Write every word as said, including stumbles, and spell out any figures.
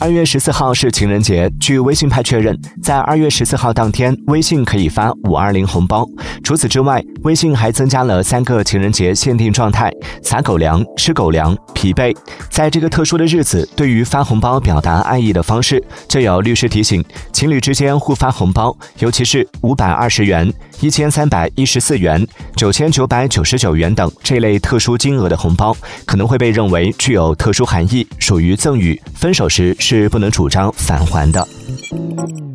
二月十四号是情人节，据微信派确认，在二月十四号当天，微信可以发五二零红包。除此之外，微信还增加了三个情人节限定状态：撒狗粮、吃狗粮、疲惫。在这个特殊的日子，对于发红包表达爱意的方式，就有律师提醒，情侣之间互发红包，尤其是五百二十元、一千三百一十四元、九千九百九十九元等这类特殊金额的红包，可能会被认为具有特殊含义，属于赠与，分手时是不能主张返还的。